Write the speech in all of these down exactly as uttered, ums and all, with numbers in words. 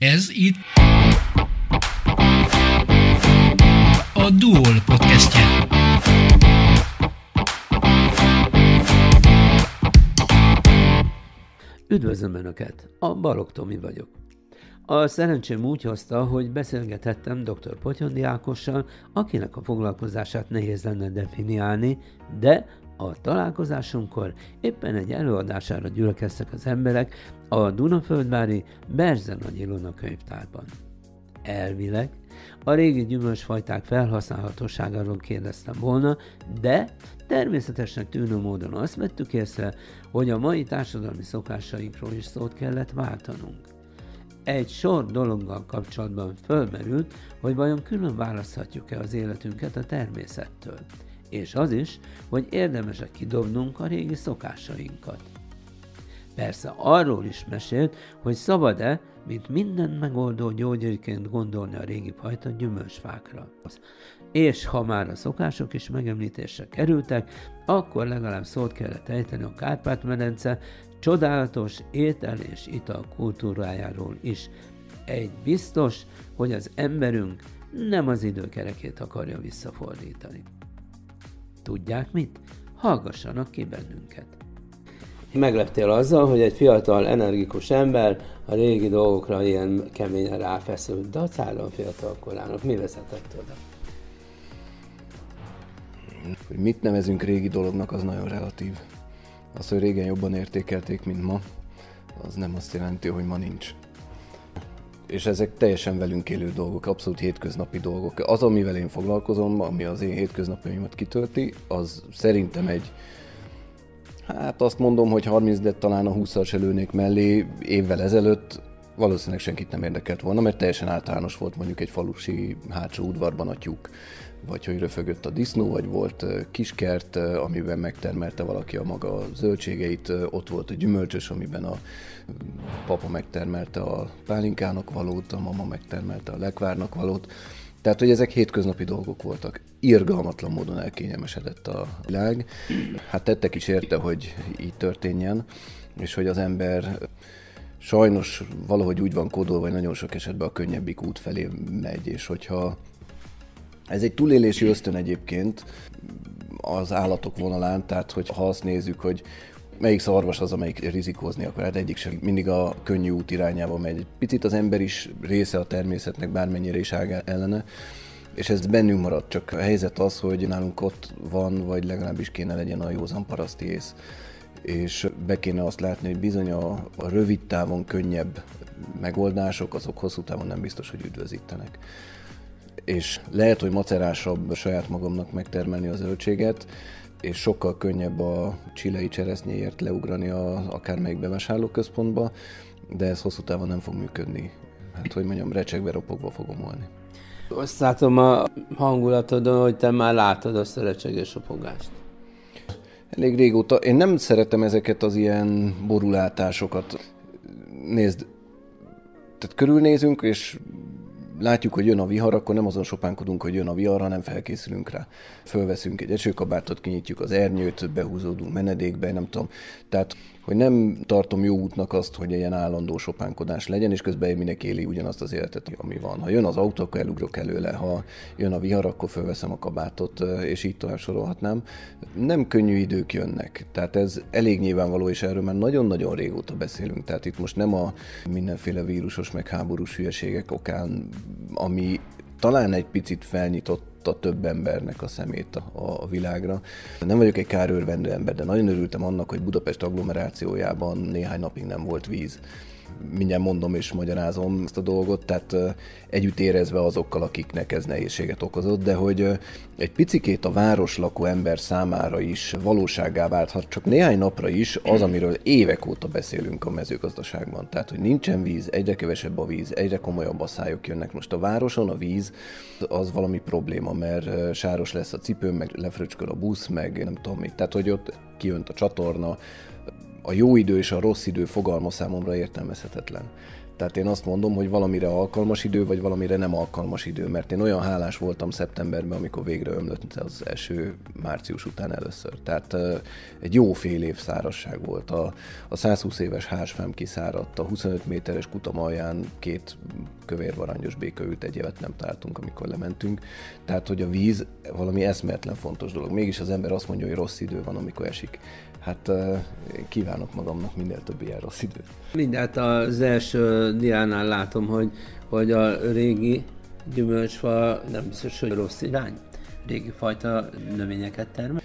Ez itt a Duol podcastje. Üdvözlöm Önöket! A Balogh Tomi vagyok. A szerencsém úgy hozta, hogy beszélgethettem dr. Potyondi Ákossal, akinek a foglalkozását nehéz lenne definiálni, de a találkozásunkkor éppen egy előadására gyülekeztek az emberek a Dunaföldvári Berze Nagy Ilona könyvtárban. Elvileg a régi gyümölcsfajták felhasználhatóságáról kérdeztem volna, de természetesnek tűnő módon azt vettük észre, hogy a mai társadalmi szokásainkról is szót kellett váltanunk. Egy sor dologgal kapcsolatban fölmerült, hogy vajon külön választhatjuk-e az életünket a természettől, és az is, hogy érdemes-e kidobnunk a régi szokásainkat. Persze arról is mesélt, hogy szabad-e, mint minden megoldó gyógyírként gondolni a régi fajta gyümölcsfákra. És ha már a szokások is megemlítésre kerültek, akkor legalább szót kellett ejteni a Kárpát-medence csodálatos étel és ital kultúrájáról is. Egy biztos, hogy az emberünk nem az időkerekét akarja visszafordítani. Tudják mit? Hallgassanak ki bennünket! Megleptél azzal, hogy egy fiatal, energikus ember a régi dolgokra ilyen keményen ráfeszült, dacára a fiatal korának. Mi vezetett oda? Hogy mit nevezünk régi dolognak, az nagyon relatív. Az, hogy régen jobban értékelték, mint ma, az nem azt jelenti, hogy ma nincs. És ezek teljesen velünk élő dolgok, abszolút hétköznapi dolgok. Az, amivel én foglalkozom, ami az én hétköznapjaimat kitölti, az szerintem egy, hát azt mondom, hogy harminc, de talán a húszas előnék mellé évvel ezelőtt valószínűleg senkit nem érdekelt volna, mert teljesen általános volt mondjuk egy falusi hátsó udvarban a tyúk, vagy hogy röfögött a disznó, vagy volt kiskert, amiben megtermelte valaki a maga zöldségeit, ott volt a gyümölcsös, amiben a papa megtermelte a pálinkának valót, a mama megtermelte a lekvárnak valót. Tehát, hogy ezek hétköznapi dolgok voltak. Irgalmatlan módon elkényelmesedett a világ. Hát tettek is érte, hogy így történjen, és hogy az ember sajnos valahogy úgy van kódolva, hogy nagyon sok esetben a könnyebbik út felé megy, és hogyha ez egy túlélési ösztön egyébként az állatok vonalán, tehát hogy ha azt nézzük, hogy melyik szarvas az, amelyik rizikózni akar, hát egyik sem mindig a könnyű út irányába megy. Egy picit az ember is része a természetnek, bármennyire is áll ellene, és ez bennünk maradt, csak a helyzet az, hogy nálunk ott van, vagy legalábbis kéne legyen a józan paraszti ész. És be kéne azt látni, hogy bizony a, a rövid távon könnyebb megoldások, azok hosszú távon nem biztos, hogy üdvözítenek. És lehet, hogy macerásabb saját magamnak megtermelni a zöldséget, és sokkal könnyebb a chilei cseresznyéért leugrani a, akármelyik bevásárlóközpontba, de ez hosszú távon nem fog működni. Hát, hogy mondjam, recsegve, ropogva fogom volni. Azt látom a hangulatodon, hogy te már látod azt a recsegés ropogást. Elég régóta. Én nem szeretem ezeket az ilyen borulátásokat. Nézd, tehát körülnézünk, és látjuk, hogy jön a vihar, akkor nem azon sopánkodunk, hogy jön a vihar, hanem felkészülünk rá. Fölveszünk egy esőkabátot, kinyitjuk az ernyőt, behúzódunk menedékbe, nem tudom. Tehát, hogy nem tartom jó útnak azt, hogy ilyen állandó sopánkodás legyen, és közben mindenki éli ugyanazt az életet, ami van. Ha jön az autó, akkor elugrok előle, ha jön a vihar, akkor fölveszem a kabátot, és így tovább sorolhatnám. Nem könnyű idők jönnek. Tehát ez elég nyilvánvaló, és erről már nagyon-nagyon régóta beszélünk. Tehát itt most nem a mindenféle vírusos, meg háborús hülyeségek okán, ami talán egy picit felnyitott a több embernek a szemét a, a világra. Nem vagyok egy kárőrvendő ember, de nagyon örültem annak, hogy Budapest agglomerációjában néhány napig nem volt víz. Mindjárt mondom és magyarázom ezt a dolgot, tehát együtt érezve azokkal, akiknek ez nehézséget okozott, de hogy egy picikét a városlakó ember számára is valósággá válthat, csak néhány napra is az, amiről évek óta beszélünk a mezőgazdaságban. Tehát, hogy nincsen víz, egyre kevesebb a víz, egyre komolyabb asszályok jönnek. Most a városon a víz az valami probléma, mert sáros lesz a cipőm, meg lefröcsköl a busz, meg nem tudom mit. Tehát, hogy ott kijönt a csatorna, a jó idő és a rossz idő fogalma számomra értelmezhetetlen. Tehát én azt mondom, hogy valamire alkalmas idő, vagy valamire nem alkalmas idő, mert én olyan hálás voltam szeptemberben, amikor végre ömlött az eső március után először. Tehát egy jó fél év szárazság volt. A, a százhúsz éves házfám kiszáradt, a huszonöt méteres kutam alján két kövér varangyos béka ült, egy évet nem találtunk, amikor lementünk. Tehát, hogy a víz valami eszméletlen fontos dolog. Mégis az ember azt mondja, hogy rossz idő van, amikor esik. Hát én kívánok magamnak minél több ilyen rossz időt. Mindjárt az első diánál látom, hogy, hogy a régi gyümölcsfa nem biztos, hogy rossz irány. Régi fajta növényeket termel.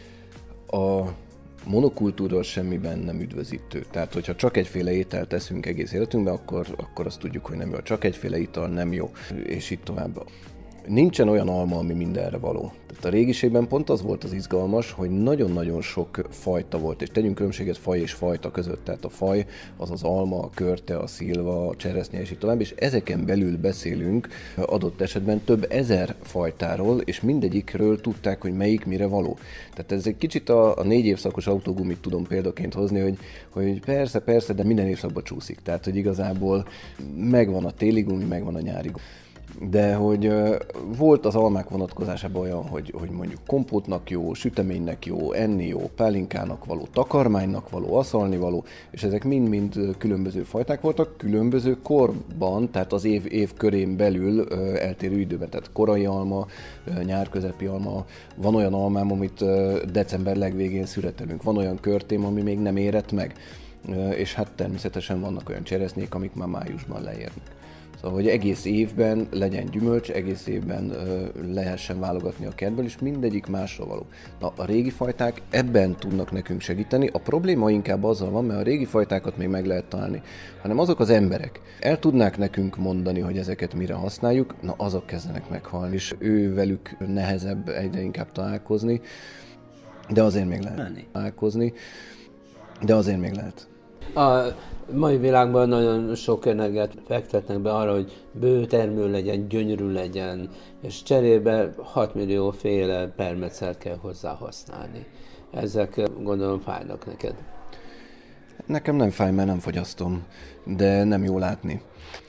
A monokultúra semmiben nem üdvözítő. Tehát, hogyha csak egyféle ételt teszünk egész életünkben, akkor, akkor azt tudjuk, hogy nem jó. Csak egyféle ital nem jó, és így tovább. Nincsen olyan alma, ami mindenre való. Tehát a régiségben pont az volt az izgalmas, hogy nagyon-nagyon sok fajta volt, és tegyünk különbséget faj és fajta között. Tehát a faj az az alma, a körte, a szilva, a cseresznye és így tovább, és ezeken belül beszélünk adott esetben több ezer fajtáról, és mindegyikről tudták, hogy melyik mire való. Tehát ez egy kicsit a, a négy évszakos autógumit tudom példaként hozni, hogy, hogy persze, persze, de minden évszakban csúszik. Tehát, hogy igazából megvan a téli gumi, megvan a nyári gumi. De hogy uh, volt az almák vonatkozásában olyan, hogy, hogy mondjuk kompótnak jó, süteménynek jó, enni jó, pálinkának való, takarmánynak való, aszalni való, és ezek mind-mind különböző fajták voltak, különböző korban, tehát az év, év körén belül uh, eltérő időben, tehát korai alma, uh, nyárközepi alma, van olyan almám, amit uh, december legvégén szüretelünk, van olyan körtém, ami még nem érett meg, uh, és hát természetesen vannak olyan cseresznyék, amik már májusban leérnek. Szóval, hogy egész évben legyen gyümölcs, egész évben ö, lehessen válogatni a kertből, és mindegyik másra való. Na, a régi fajták ebben tudnak nekünk segíteni. A probléma inkább azzal van, mert a régi fajtákat még meg lehet találni, hanem azok az emberek el tudnák nekünk mondani, hogy ezeket mire használjuk, na azok kezdenek meghalni, és ő velük nehezebb egyre inkább találkozni, de azért még lehet találkozni, de azért még lehet. A mai világban nagyon sok energiát fektetnek be arra, hogy bőtermő legyen, gyönyörű legyen, és cserébe hat millió féle permetszert kell hozzá használni. Ezek gondolom fájnak neked. Nekem nem fáj, mert nem fogyasztom, de nem jó látni.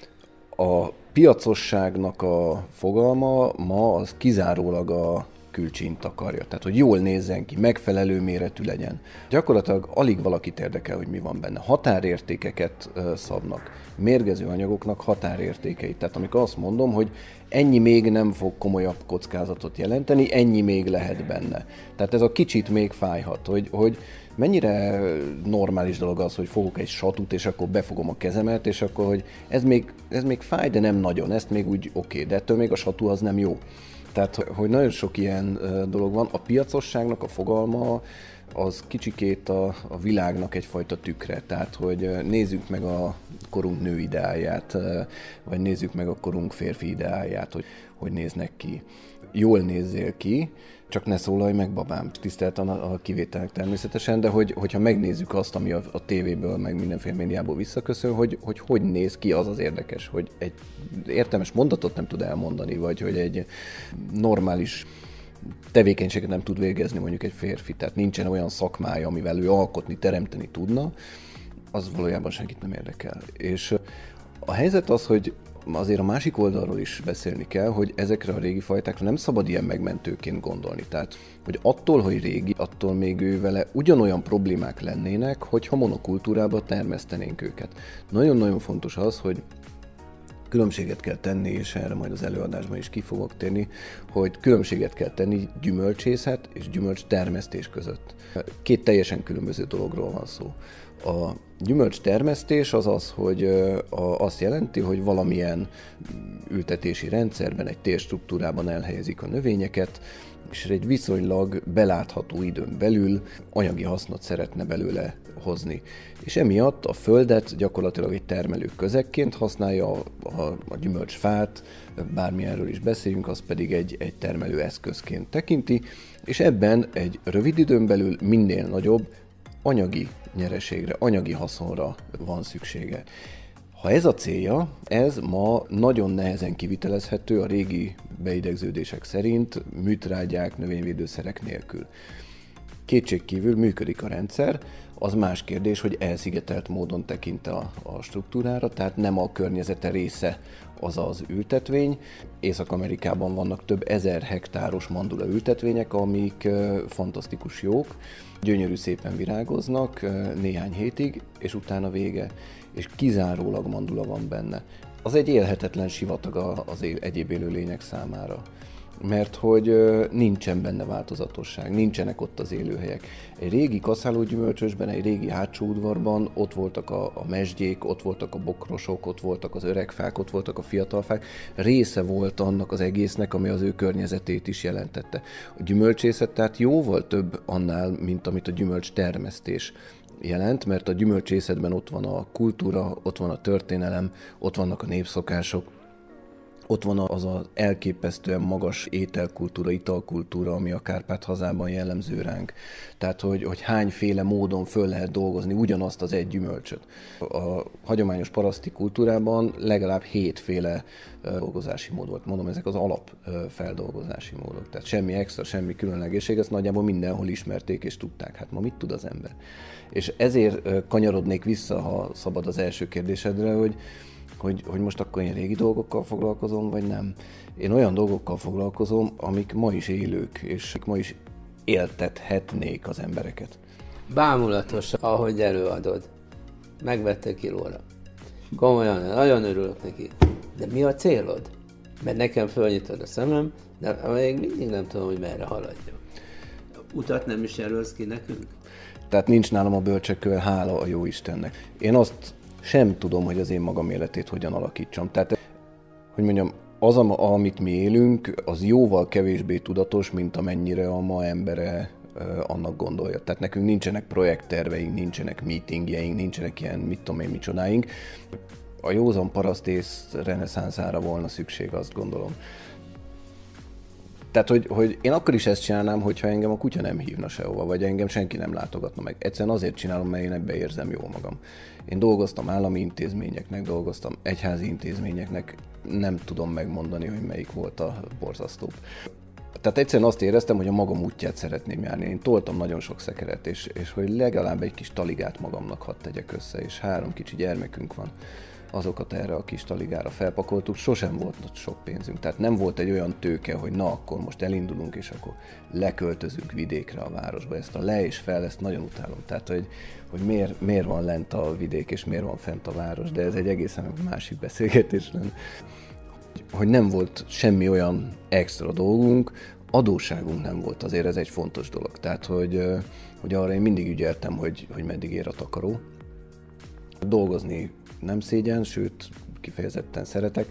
A piacosságnak a fogalma ma az kizárólag a külcsínt akarja. Tehát, hogy jól nézzen ki, megfelelő méretű legyen. Gyakorlatilag alig valakit érdekel, hogy mi van benne. Határértékeket szabnak. Mérgező anyagoknak határértékeit. Tehát amikor azt mondom, hogy ennyi még nem fog komolyabb kockázatot jelenteni, ennyi még lehet benne. Tehát ez a kicsit még fájhat, hogy, hogy mennyire normális dolog az, hogy fogok egy satut, és akkor befogom a kezemet, és akkor, hogy ez még, ez még fáj, de nem nagyon, ezt még úgy oké, okay, de ettől még a satú az nem jó. Tehát, hogy nagyon sok ilyen dolog van. A piacosságnak a fogalma az kicsikét a, a világnak egyfajta tükre. Tehát, hogy nézzük meg a korunk nő ideáját, vagy nézzük meg a korunk férfi ideáját, hogy hogy néznek ki. Jól nézzél ki, csak ne szólalj meg, babám. Tisztelten a, a kivételek természetesen, de hogy, hogyha megnézzük azt, ami a, a tévéből, meg mindenféle médiából visszaköszön, hogy, hogy hogy néz ki, az az érdekes, hogy egy értelmes mondatot nem tud elmondani, vagy hogy egy normális tevékenységet nem tud végezni mondjuk egy férfi, tehát nincsen olyan szakmája, amivel ő alkotni, teremteni tudna, az valójában senkit nem érdekel. És a helyzet az, hogy azért a másik oldalról is beszélni kell, hogy ezekre a régi fajtákra nem szabad ilyen megmentőként gondolni. Tehát, hogy attól, hogy régi, attól még ő vele ugyanolyan problémák lennének, hogyha monokultúrába termesztenénk őket. Nagyon-nagyon fontos az, hogy különbséget kell tenni, és erre majd az előadásban is ki fogok térni, hogy különbséget kell tenni gyümölcsészet és gyümölcs termesztés között. Két teljesen különböző dologról van szó. A gyümölcs termesztés az az, hogy azt jelenti, hogy valamilyen ültetési rendszerben, egy térstruktúrában elhelyezik a növényeket, és egy viszonylag belátható időn belül anyagi hasznot szeretne belőle hozni. És emiatt a földet gyakorlatilag egy termelő közegként használja, a, a, a gyümölcsfát, bármilyenről is beszéljünk, az pedig egy, egy termelő eszközként tekinti, és ebben egy rövid időn belül minél nagyobb anyagi nyereségre, anyagi haszonra van szüksége. Ha ez a célja, ez ma nagyon nehezen kivitelezhető a régi beidegződések szerint műtrágyák, növényvédőszerek nélkül. Kétségkívül működik a rendszer, az más kérdés, hogy elszigetelt módon tekint a, a struktúrára, tehát nem a környezete része az az ültetvény. Észak-Amerikában vannak több ezer hektáros mandula ültetvények, amik fantasztikus jók, gyönyörű szépen virágoznak néhány hétig, és utána vége, és kizárólag mandula van benne. Az egy élhetetlen sivatag az egyéb élőlények számára, mert hogy nincsen benne változatosság, nincsenek ott az élőhelyek. Egy régi kaszálógyümölcsösben, egy régi hátsó udvarban ott voltak a, a mesdjék, ott voltak a bokrosok, ott voltak az öreg fák, ott voltak a fiatal fák. Része volt annak az egésznek, ami az ő környezetét is jelentette. A gyümölcsészet tehát jóval több annál, mint amit a gyümölcs termesztés jelent, mert a gyümölcsészetben ott van a kultúra, ott van a történelem, ott vannak a népszokások, ott van az az elképesztően magas ételkultúra, italkultúra, ami a Kárpát-hazában jellemző ránk. Tehát, hogy, hogy hányféle módon föl lehet dolgozni ugyanazt az egy gyümölcsöt. A hagyományos paraszti kultúrában legalább hétféle dolgozási mód volt. Mondom, ezek az alap feldolgozási módok. Tehát semmi extra, semmi különlegesség, ezt nagyjából mindenhol ismerték és tudták. Hát ma mit tud az ember? És ezért kanyarodnék vissza, ha szabad az első kérdésedre, hogy Hogy, hogy most akkor én régi dolgokkal foglalkozom, vagy nem. Én olyan dolgokkal foglalkozom, amik ma is élők, és ma is éltethetnék az embereket. Bámulatos, ahogy előadod. Megvettek kilóra. Komolyan, nagyon örülök neki. De mi a célod? Mert nekem fölnyitod a szemem, de még mindig nem tudom, hogy merre haladjak. Utat nem is jelölsz ki nekünk? Tehát nincs nálam a bölcsekköve, hála a jó Istennek. Én azt sem tudom, hogy az én magam életét hogyan alakítsam. Tehát, hogy mondjam, az, amit mi élünk, az jóval kevésbé tudatos, mint amennyire a ma embere annak gondolja. Tehát nekünk nincsenek projektterveink, nincsenek meetingjeink, nincsenek ilyen mit tudom én micsodáink. A józan parasztész reneszánszára volna szükség, azt gondolom. Tehát, hogy, hogy én akkor is ezt csinálnám, hogyha engem a kutya nem hívna sehova, vagy engem senki nem látogatna meg. Egyszerűen azért csinálom, mert én ebbe érzem jól magam. Én dolgoztam állami intézményeknek, dolgoztam egyházi intézményeknek, nem tudom megmondani, hogy melyik volt a borzasztóbb. Tehát egyszerűen azt éreztem, hogy a magam útját szeretném járni. Én toltam nagyon sok szekeret, és, és hogy legalább egy kis taligát magamnak hadd tegyek össze, és három kicsi gyermekünk van. Azokat erre a kis taligára felpakoltuk, sosem volt sok pénzünk. Tehát nem volt egy olyan tőke, hogy na, akkor most elindulunk, és akkor leköltözünk vidékre a városba. Ezt a le és fel, ezt nagyon utálom. Tehát, hogy, hogy miért, miért van lent a vidék, és miért van fent a város, de ez egy egészen másik beszélgetés lenne. Hogy nem volt semmi olyan extra dolgunk, adósságunk nem volt, azért ez egy fontos dolog. Tehát, hogy, hogy arra én mindig ügyeltem, hogy, hogy meddig ér a takaró. Dolgozni nem szégyen, sőt, kifejezetten szeretek,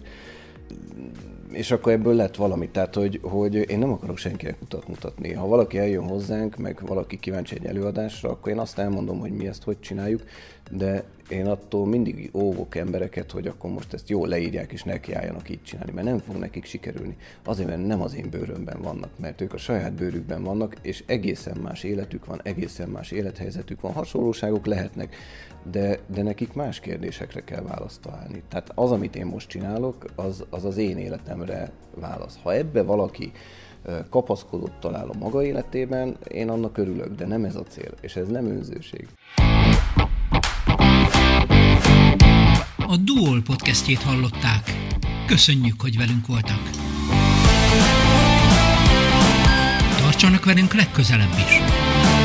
és akkor ebből lett valami, tehát, hogy, hogy én nem akarok senkinek utat mutatni. Ha valaki eljön hozzánk, meg valaki kíváncsi egy előadásra, akkor én azt elmondom, hogy mi ezt hogy csináljuk, de én attól mindig óvok embereket, hogy akkor most ezt jól leírják és nekiálljanak így csinálni, mert nem fog nekik sikerülni. Azért, mert nem az én bőrömben vannak, mert ők a saját bőrükben vannak, és egészen más életük van, egészen más élethelyzetük van, hasonlóságok lehetnek, de, de nekik más kérdésekre kell választ találni. Tehát az, amit én most csinálok, az az, az én életemre válasz. Ha ebbe valaki kapaszkodott talál a maga életében, én annak örülök, de nem ez a cél, és ez nem önzőség. A Duol podcastjét hallották. Köszönjük, hogy velünk voltak. Tartsanak velünk legközelebb is!